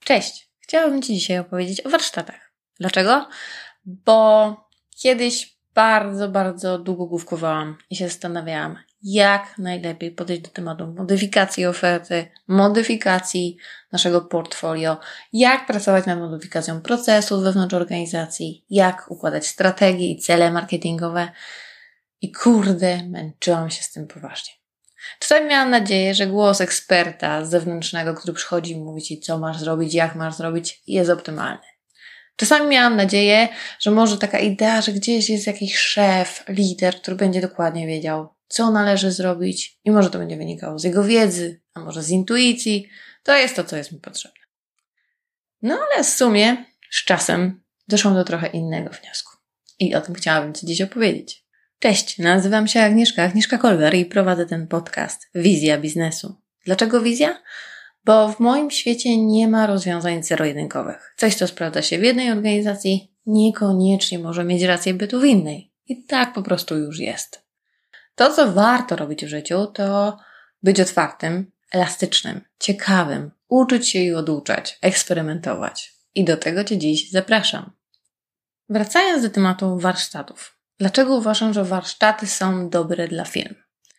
Cześć! Chciałabym Ci dzisiaj opowiedzieć o warsztatach. Dlaczego? Bo kiedyś bardzo długo główkowałam i się zastanawiałam, jak najlepiej podejść do tematu modyfikacji oferty, modyfikacji naszego portfolio, jak pracować nad modyfikacją procesów wewnątrz organizacji, jak układać strategie i cele marketingowe. I męczyłam się z tym poważnie. Czasami miałam nadzieję, że głos eksperta zewnętrznego, który przychodzi i mówi Ci, co masz zrobić, jak masz zrobić, jest optymalny. Czasami miałam nadzieję, że może taka idea, że gdzieś jest jakiś szef, lider, który będzie dokładnie wiedział, co należy zrobić i może to będzie wynikało z jego wiedzy, a może z intuicji. To jest to, co jest mi potrzebne. No ale w sumie z czasem doszłam do trochę innego wniosku. I o tym chciałabym Ci dziś opowiedzieć. Cześć, nazywam się Agnieszka Kolber i prowadzę ten podcast Wizja Biznesu. Dlaczego wizja? Bo w moim świecie nie ma rozwiązań zero-jedynkowych. Coś, co sprawdza się w jednej organizacji, niekoniecznie może mieć rację bytu w innej. I tak po prostu już jest. To, co warto robić w życiu, to być otwartym, elastycznym, ciekawym, uczyć się i oduczać, eksperymentować. I do tego Cię dziś zapraszam. Wracając do tematu warsztatów. Dlaczego uważam, że warsztaty są dobre dla firm?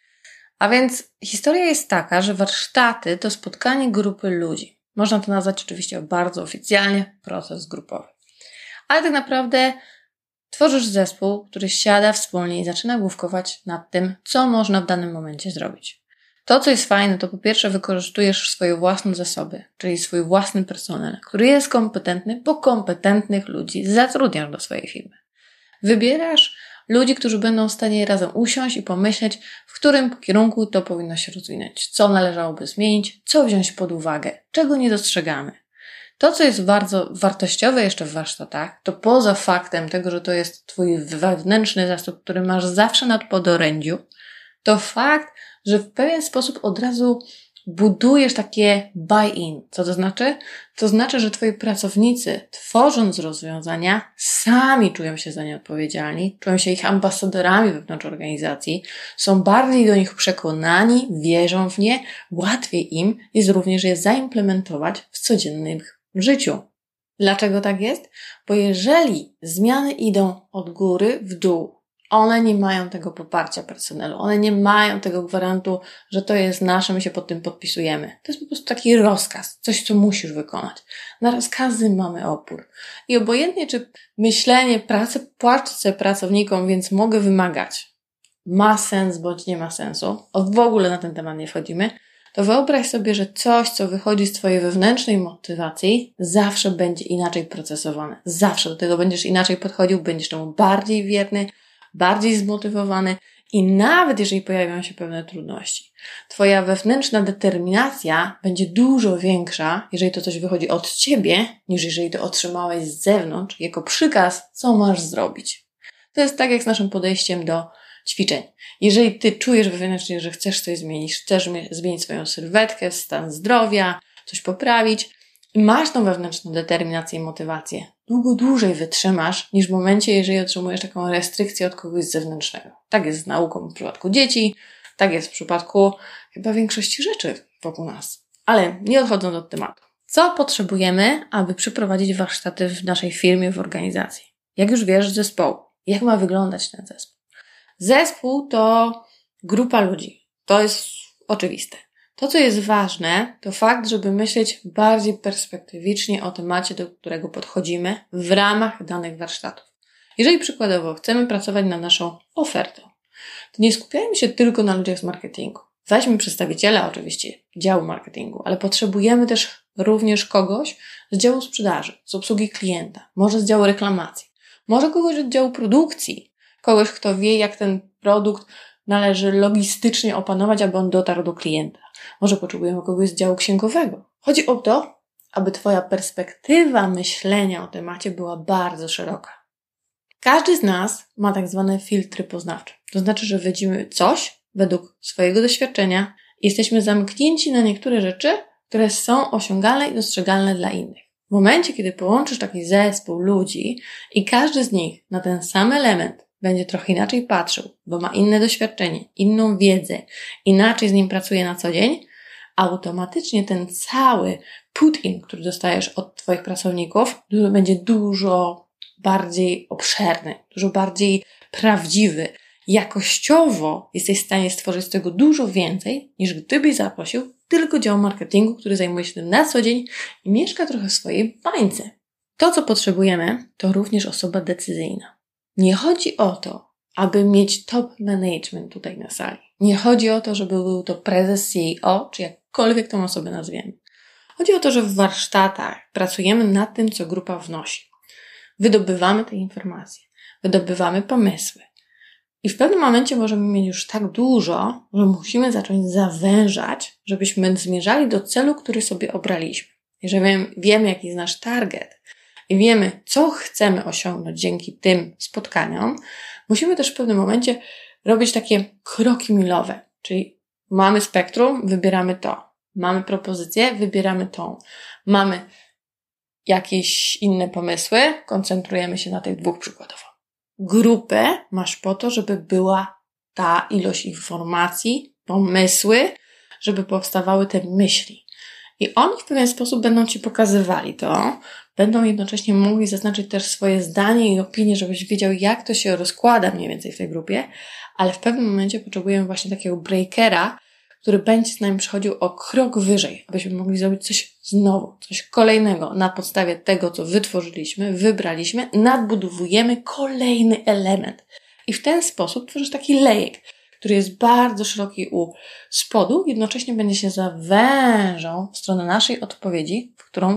A więc historia jest taka, że warsztaty to spotkanie grupy ludzi. Można to nazwać oczywiście bardzo oficjalnie proces grupowy. Ale tak naprawdę tworzysz zespół, który siada wspólnie i zaczyna główkować nad tym, co można w danym momencie zrobić. To, co jest fajne, to po pierwsze wykorzystujesz swoje własne zasoby, czyli swój własny personel, który jest kompetentny, bo kompetentnych ludzi zatrudniasz do swojej firmy. Wybierasz ludzi, którzy będą w stanie razem usiąść i pomyśleć, w którym kierunku to powinno się rozwinąć, co należałoby zmienić, co wziąć pod uwagę, czego nie dostrzegamy. To, co jest bardzo wartościowe jeszcze w warsztatach, to poza faktem tego, że to jest Twój wewnętrzny zasób, który masz zawsze nad podorędziu, to fakt, że w pewien sposób od razu budujesz takie buy-in. Co to znaczy? To znaczy, że Twoi pracownicy, tworząc rozwiązania, sami czują się za nie odpowiedzialni, czują się ich ambasadorami wewnątrz organizacji, są bardziej do nich przekonani, wierzą w nie, łatwiej im jest również je zaimplementować w codziennym życiu. Dlaczego tak jest? Bo jeżeli zmiany idą od góry w dół, one nie mają tego poparcia personelu, one nie mają tego gwarantu, że to jest nasze, my się pod tym podpisujemy. To jest po prostu taki rozkaz, coś, co musisz wykonać. Na rozkazy mamy opór. I obojętnie, czy myślenie, płacę pracownikom, więc mogę wymagać, ma sens bądź nie ma sensu, w ogóle na ten temat nie wchodzimy, to wyobraź sobie, że coś, co wychodzi z Twojej wewnętrznej motywacji, zawsze będzie inaczej procesowane. Zawsze do tego będziesz inaczej podchodził, będziesz temu bardziej wierny, bardziej zmotywowany i nawet jeżeli pojawią się pewne trudności, Twoja wewnętrzna determinacja będzie dużo większa, jeżeli to coś wychodzi od Ciebie, niż jeżeli to otrzymałeś z zewnątrz jako przykaz, co masz zrobić. To jest tak jak z naszym podejściem do ćwiczeń. Jeżeli Ty czujesz wewnętrznie, że chcesz coś zmienić, chcesz zmienić swoją sylwetkę, stan zdrowia, coś poprawić i masz tą wewnętrzną determinację i motywację, dłużej wytrzymasz niż w momencie, jeżeli otrzymujesz taką restrykcję od kogoś zewnętrznego. Tak jest z nauką w przypadku dzieci, tak jest w przypadku chyba większości rzeczy wokół nas. Ale nie odchodząc od tematu. Co potrzebujemy, aby przeprowadzić warsztaty w naszej firmie, w organizacji? Jak już wiesz, zespołu. Jak ma wyglądać ten zespół? Zespół to grupa ludzi. To jest oczywiste. To, co jest ważne, to fakt, żeby myśleć bardziej perspektywicznie o temacie, do którego podchodzimy w ramach danych warsztatów. Jeżeli przykładowo chcemy pracować nad naszą ofertą, to nie skupiajmy się tylko na ludziach z marketingu. Weźmy przedstawiciela oczywiście działu marketingu, ale potrzebujemy też również kogoś z działu sprzedaży, z obsługi klienta, może z działu reklamacji, może kogoś od działu produkcji, kogoś, kto wie, jak ten produkt należy logistycznie opanować, aby on dotarł do klienta. Może potrzebujemy kogoś z działu księgowego. Chodzi o to, aby Twoja perspektywa myślenia o temacie była bardzo szeroka. Każdy z nas ma tak zwane filtry poznawcze. To znaczy, że widzimy coś według swojego doświadczenia i jesteśmy zamknięci na niektóre rzeczy, które są osiągalne i dostrzegalne dla innych. W momencie, kiedy połączysz taki zespół ludzi i każdy z nich na ten sam element będzie trochę inaczej patrzył, bo ma inne doświadczenie, inną wiedzę, inaczej z nim pracuje na co dzień, automatycznie ten cały put-in, który dostajesz od Twoich pracowników, będzie dużo bardziej obszerny, dużo bardziej prawdziwy. Jakościowo jesteś w stanie stworzyć z tego dużo więcej, niż gdybyś zaprosił tylko dział marketingu, który zajmuje się tym na co dzień i mieszka trochę w swojej bańce. To, co potrzebujemy, to również osoba decyzyjna. Nie chodzi o to, aby mieć top management tutaj na sali. Nie chodzi o to, żeby był to prezes CEO, czy jakkolwiek tą osobę nazwiemy. Chodzi o to, że w warsztatach pracujemy nad tym, co grupa wnosi. Wydobywamy te informacje, wydobywamy pomysły. I w pewnym momencie możemy mieć już tak dużo, że musimy zacząć zawężać, żebyśmy zmierzali do celu, który sobie obraliśmy. Jeżeli wiemy, jaki jest nasz target i wiemy, co chcemy osiągnąć dzięki tym spotkaniom, musimy też w pewnym momencie robić takie kroki milowe. Czyli mamy spektrum, wybieramy to. Mamy propozycję, wybieramy tą. Mamy jakieś inne pomysły, koncentrujemy się na tych dwóch przykładowo. Grupę masz po to, żeby była ta ilość informacji, pomysły, żeby powstawały te myśli. I oni w pewien sposób będą Ci pokazywali to, będą jednocześnie mogli zaznaczyć też swoje zdanie i opinię, żebyś wiedział, jak to się rozkłada mniej więcej w tej grupie, ale w pewnym momencie potrzebujemy właśnie takiego breakera, który będzie z nami przechodził o krok wyżej, abyśmy mogli zrobić coś znowu, coś kolejnego na podstawie tego, co wytworzyliśmy, wybraliśmy, nadbudowujemy kolejny element. I w ten sposób tworzysz taki lejek, który jest bardzo szeroki u spodu, jednocześnie będzie się zawężał w stronę naszej odpowiedzi,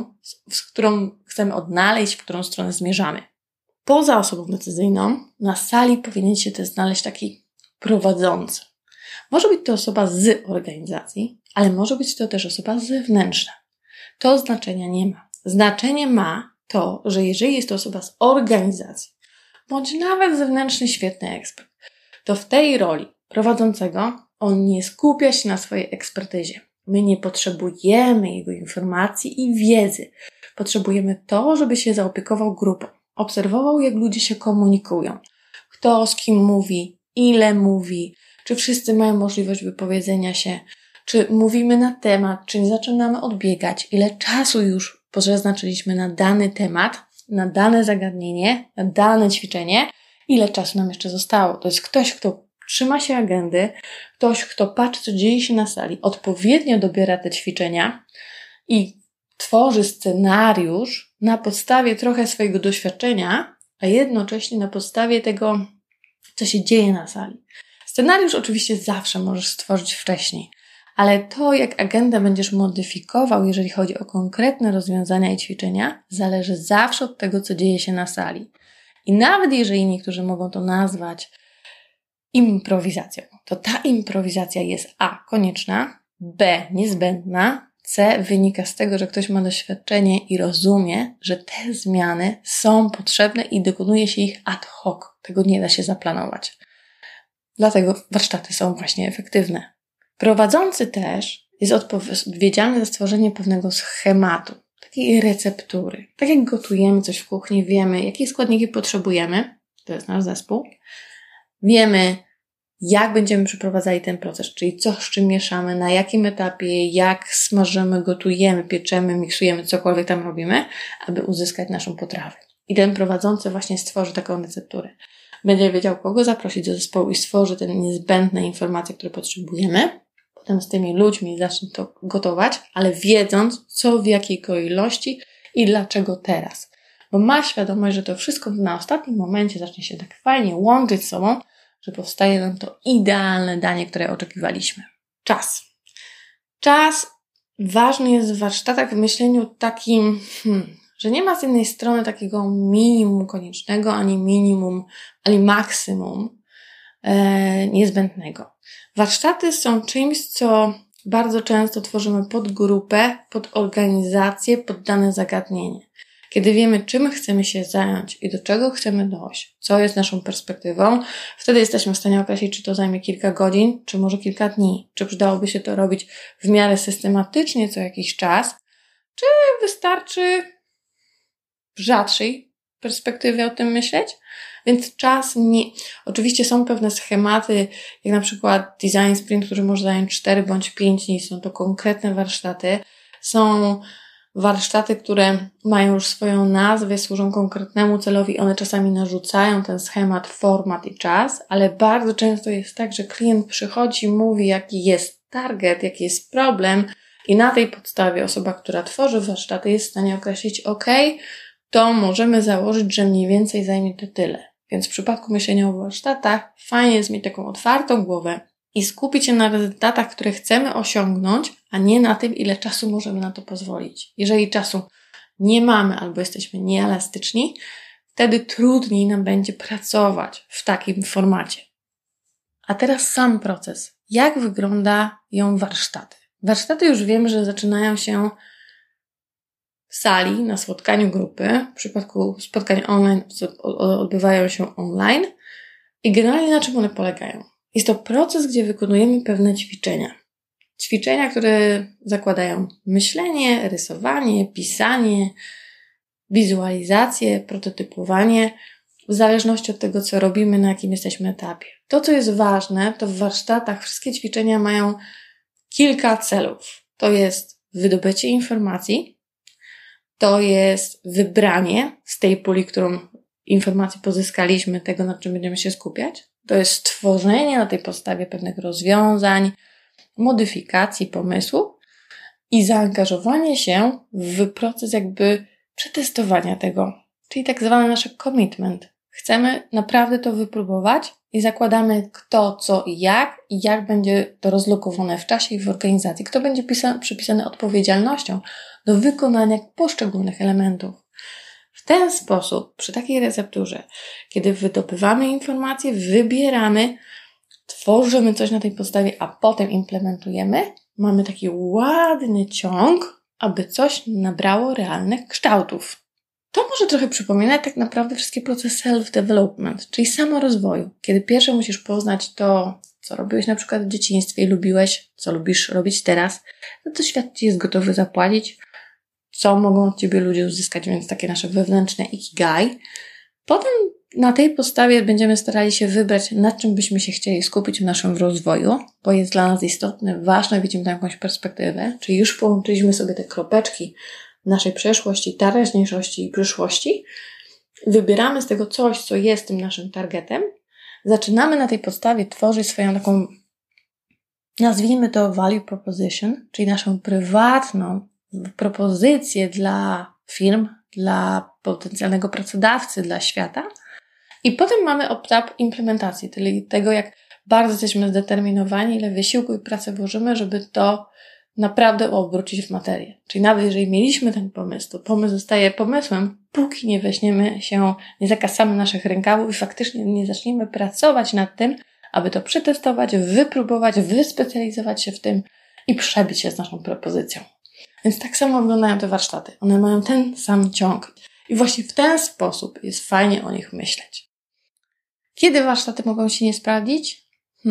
w którą chcemy odnaleźć, w którą stronę zmierzamy. Poza osobą decyzyjną na sali powinien się też znaleźć taki prowadzący. Może być to osoba z organizacji, ale może być to też osoba zewnętrzna. To znaczenia nie ma. Znaczenie ma to, że jeżeli jest to osoba z organizacji, bądź nawet zewnętrzny świetny ekspert, to w tej roli prowadzącego on nie skupia się na swojej ekspertyzie. My nie potrzebujemy jego informacji i wiedzy. Potrzebujemy to, żeby się zaopiekował grupą. Obserwował, jak ludzie się komunikują. Kto z kim mówi, ile mówi, czy wszyscy mają możliwość wypowiedzenia się, czy mówimy na temat, czy nie zaczynamy odbiegać, ile czasu już przeznaczyliśmy na dany temat, na dane zagadnienie, na dane ćwiczenie, ile czasu nam jeszcze zostało. To jest ktoś, kto trzyma się agendy, ktoś, kto patrzy, co dzieje się na sali, odpowiednio dobiera te ćwiczenia i tworzy scenariusz na podstawie trochę swojego doświadczenia, a jednocześnie na podstawie tego, co się dzieje na sali. Scenariusz oczywiście zawsze możesz stworzyć wcześniej, ale to, jak agendę będziesz modyfikował, jeżeli chodzi o konkretne rozwiązania i ćwiczenia, zależy zawsze od tego, co dzieje się na sali. I nawet jeżeli niektórzy mogą to nazwać improwizacją, to ta improwizacja jest A. konieczna, B. niezbędna, C. wynika z tego, że ktoś ma doświadczenie i rozumie, że te zmiany są potrzebne i dokonuje się ich ad hoc. Tego nie da się zaplanować. Dlatego warsztaty są właśnie efektywne. Prowadzący też jest odpowiedzialny za stworzenie pewnego schematu, takiej receptury. Tak jak gotujemy coś w kuchni, wiemy, jakie składniki potrzebujemy, to jest nasz zespół, wiemy, jak będziemy przeprowadzali ten proces, czyli co z czym mieszamy, na jakim etapie, jak smażymy, gotujemy, pieczemy, miksujemy, cokolwiek tam robimy, aby uzyskać naszą potrawę. I ten prowadzący właśnie stworzy taką recepturę. Będzie wiedział, kogo zaprosić do zespołu i stworzy te niezbędne informacje, które potrzebujemy. Potem z tymi ludźmi zacznie to gotować, ale wiedząc, co w jakiej ilości i dlaczego teraz. Bo ma świadomość, że to wszystko na ostatnim momencie zacznie się tak fajnie łączyć z sobą, że powstaje nam to idealne danie, które oczekiwaliśmy. Czas. Czas ważny jest w warsztatach w myśleniu takim, że nie ma z jednej strony takiego minimum koniecznego, ani maksymum niezbędnego. Warsztaty są czymś, co bardzo często tworzymy pod grupę, pod organizację, pod dane zagadnienie. Kiedy wiemy, czym chcemy się zająć i do czego chcemy dojść, co jest naszą perspektywą, wtedy jesteśmy w stanie określić, czy to zajmie kilka godzin, czy może kilka dni, czy przydałoby się to robić w miarę systematycznie co jakiś czas, czy wystarczy w rzadszej perspektywy o tym myśleć. Więc czas nie... Oczywiście są pewne schematy, jak na przykład design sprint, który może zająć 4 bądź 5 dni. Są to konkretne warsztaty. Są warsztaty, które mają już swoją nazwę, służą konkretnemu celowi. One czasami narzucają ten schemat, format i czas, ale bardzo często jest tak, że klient przychodzi, mówi, jaki jest target, jaki jest problem i na tej podstawie osoba, która tworzy warsztaty, jest w stanie określić, to możemy założyć, że mniej więcej zajmie to tyle. Więc w przypadku myślenia o warsztatach fajnie jest mieć taką otwartą głowę i skupić się na rezultatach, które chcemy osiągnąć, a nie na tym, ile czasu możemy na to pozwolić. Jeżeli czasu nie mamy albo jesteśmy nieelastyczni, wtedy trudniej nam będzie pracować w takim formacie. A teraz sam proces. Jak wyglądają warsztaty? Warsztaty już wiem, że zaczynają się w sali, na spotkaniu grupy. W przypadku spotkań online odbywają się online. I generalnie na czym one polegają? Jest to proces, gdzie wykonujemy pewne ćwiczenia. Ćwiczenia, które zakładają myślenie, rysowanie, pisanie, wizualizację, prototypowanie, w zależności od tego, co robimy, na jakim jesteśmy etapie. To, co jest ważne, to w warsztatach wszystkie ćwiczenia mają kilka celów. To jest wydobycie informacji, to jest wybranie z tej puli, którą informacji pozyskaliśmy, tego, nad czym będziemy się skupiać. To jest stworzenie na tej podstawie pewnych rozwiązań, modyfikacji, pomysłu i zaangażowanie się w proces jakby przetestowania tego, czyli tak zwany nasz commitment. Chcemy naprawdę to wypróbować i zakładamy kto, co i jak będzie to rozlokowane w czasie i w organizacji, kto będzie przypisany odpowiedzialnością do wykonania poszczególnych elementów. W ten sposób, przy takiej recepturze, kiedy wydobywamy informacje, wybieramy, tworzymy coś na tej podstawie, a potem implementujemy, mamy taki ładny ciąg, aby coś nabrało realnych kształtów. To może trochę przypominać tak naprawdę wszystkie procesy self-development, czyli samorozwoju. Kiedy pierwsze musisz poznać to, co robiłeś na przykład w dzieciństwie i lubiłeś, co lubisz robić teraz, to świat Ci jest gotowy zapłacić, co mogą od Ciebie ludzie uzyskać, więc takie nasze wewnętrzne ikigai. Potem na tej podstawie będziemy starali się wybrać, nad czym byśmy się chcieli skupić w naszym rozwoju, bo jest dla nas istotne, ważne, widzimy tam jakąś perspektywę, czyli już połączyliśmy sobie te kropeczki naszej przeszłości, teraźniejszości i przyszłości. Wybieramy z tego coś, co jest tym naszym targetem. Zaczynamy na tej podstawie tworzyć swoją taką, nazwijmy to value proposition, czyli naszą prywatną propozycję dla firm, dla potencjalnego pracodawcy, dla świata. I potem mamy etap implementacji, czyli tego, jak bardzo jesteśmy zdeterminowani, ile wysiłku i pracy włożymy, żeby to naprawdę obrócić w materię. Czyli nawet jeżeli mieliśmy ten pomysł, to pomysł zostaje pomysłem, póki nie weźmiemy się, nie zakasamy naszych rękawów i faktycznie nie zaczniemy pracować nad tym, aby to przetestować, wypróbować, wyspecjalizować się w tym i przebić się z naszą propozycją. Więc tak samo wyglądają te warsztaty. One mają ten sam ciąg. I właśnie w ten sposób jest fajnie o nich myśleć. Kiedy warsztaty mogą się nie sprawdzić?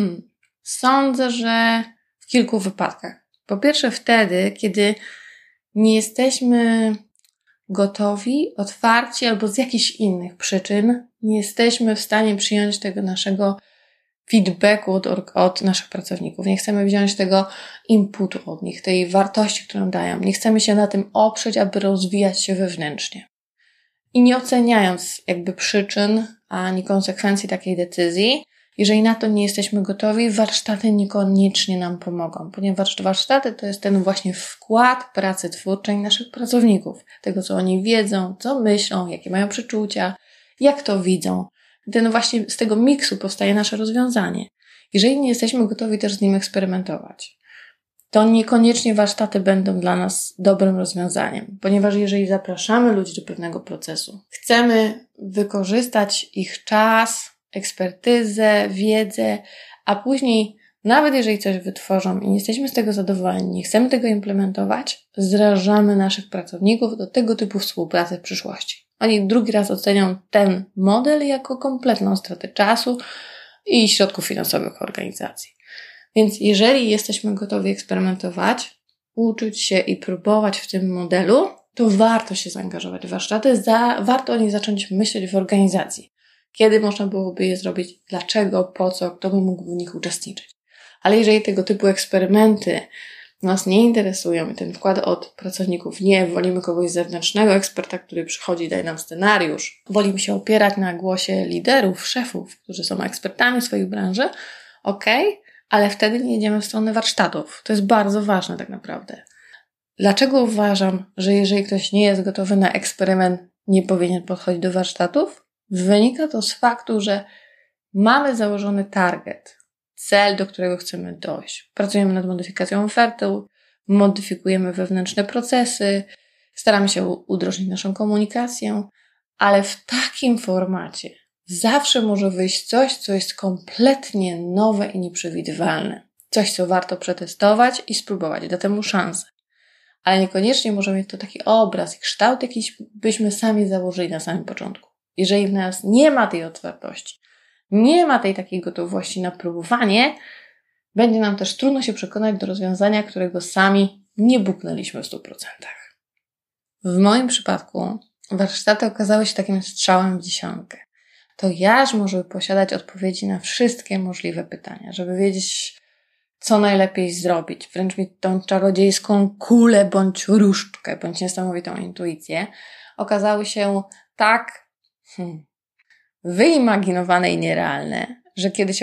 Sądzę, że w kilku wypadkach. Po pierwsze wtedy, kiedy nie jesteśmy gotowi, otwarci albo z jakichś innych przyczyn nie jesteśmy w stanie przyjąć tego naszego feedbacku od naszych pracowników. Nie chcemy wziąć tego inputu od nich, tej wartości, którą dają. Nie chcemy się na tym oprzeć, aby rozwijać się wewnętrznie. I nie oceniając jakby przyczyn ani konsekwencji takiej decyzji, jeżeli na to nie jesteśmy gotowi, warsztaty niekoniecznie nam pomogą, ponieważ warsztaty to jest ten właśnie wkład pracy twórczej naszych pracowników. Tego, co oni wiedzą, co myślą, jakie mają przeczucia, jak to widzą. Właśnie z tego miksu powstaje nasze rozwiązanie. Jeżeli nie jesteśmy gotowi też z nim eksperymentować, to niekoniecznie warsztaty będą dla nas dobrym rozwiązaniem, ponieważ jeżeli zapraszamy ludzi do pewnego procesu, chcemy wykorzystać ich czas, ekspertyzę, wiedzę, a później nawet jeżeli coś wytworzą i nie jesteśmy z tego zadowoleni, nie chcemy tego implementować, zrażamy naszych pracowników do tego typu współpracy w przyszłości. Oni drugi raz ocenią ten model jako kompletną stratę czasu i środków finansowych organizacji. Więc jeżeli jesteśmy gotowi eksperymentować, uczyć się i próbować w tym modelu, to warto się zaangażować w warsztaty, warto o nich zacząć myśleć w organizacji. Kiedy można byłoby je zrobić, dlaczego, po co, kto by mógł w nich uczestniczyć. Ale jeżeli tego typu eksperymenty nas nie interesują i ten wkład od pracowników nie, wolimy kogoś zewnętrznego eksperta, który przychodzi i daje nam scenariusz, wolimy się opierać na głosie liderów, szefów, którzy są ekspertami swojej branży, ale wtedy nie jedziemy w stronę warsztatów. To jest bardzo ważne tak naprawdę. Dlaczego uważam, że jeżeli ktoś nie jest gotowy na eksperyment, nie powinien podchodzić do warsztatów? Wynika to z faktu, że mamy założony target, cel, do którego chcemy dojść. Pracujemy nad modyfikacją oferty, modyfikujemy wewnętrzne procesy, staramy się udrożnić naszą komunikację, ale w takim formacie zawsze może wyjść coś, co jest kompletnie nowe i nieprzewidywalne. Coś, co warto przetestować i spróbować, da temu szansę. Ale niekoniecznie może mieć to taki obraz i kształt jakiś byśmy sami założyli na samym początku. Jeżeli w nas nie ma tej otwartości, nie ma tej takiej gotowości na próbowanie, będzie nam też trudno się przekonać do rozwiązania, którego sami nie buknęliśmy w 100%. W moim przypadku warsztaty okazały się takim strzałem w dziesiątkę. To jaż może posiadać odpowiedzi na wszystkie możliwe pytania, żeby wiedzieć, co najlepiej zrobić, wręcz mieć tą czarodziejską kulę, bądź różdżkę, bądź niesamowitą intuicję, okazały się tak wyimaginowane i nierealne, że kiedy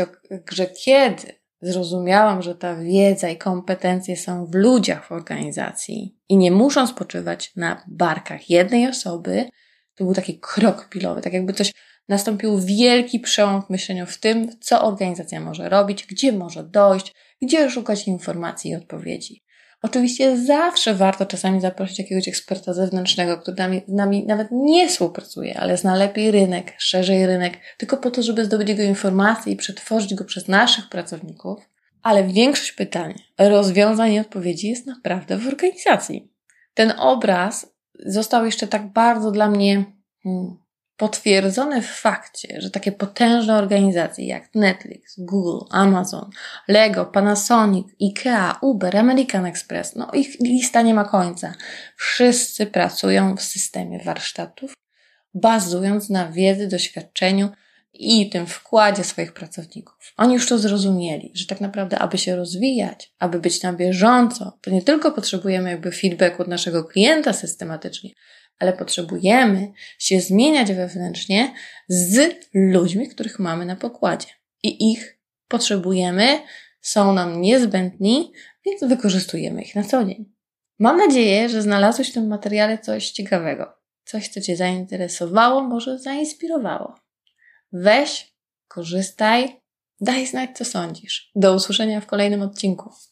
zrozumiałam, że ta wiedza i kompetencje są w ludziach w organizacji i nie muszą spoczywać na barkach jednej osoby, to był taki krok pilowy, tak jakby nastąpił wielki przełom w myśleniu w tym, co organizacja może robić, gdzie może dojść, gdzie szukać informacji i odpowiedzi. Oczywiście zawsze warto czasami zaprosić jakiegoś eksperta zewnętrznego, który z nami nawet nie współpracuje, ale zna lepiej rynek, szerzej rynek, tylko po to, żeby zdobyć jego informacje i przetworzyć go przez naszych pracowników. Ale większość pytań, rozwiązań i odpowiedzi jest naprawdę w organizacji. Ten obraz został jeszcze tak bardzo dla mnie potwierdzony w fakcie, że takie potężne organizacje jak Netflix, Google, Amazon, Lego, Panasonic, IKEA, Uber, American Express, ich lista nie ma końca. Wszyscy pracują w systemie warsztatów, bazując na wiedzy, doświadczeniu i tym wkładzie swoich pracowników. Oni już to zrozumieli, że tak naprawdę, aby się rozwijać, aby być na bieżąco, to nie tylko potrzebujemy feedbacku od naszego klienta systematycznie, ale potrzebujemy się zmieniać wewnętrznie z ludźmi, których mamy na pokładzie. I ich potrzebujemy, są nam niezbędni, więc wykorzystujemy ich na co dzień. Mam nadzieję, że znalazłeś w tym materiale coś ciekawego. Coś, co Cię zainteresowało, może zainspirowało. Weź, korzystaj, daj znać, co sądzisz. Do usłyszenia w kolejnym odcinku.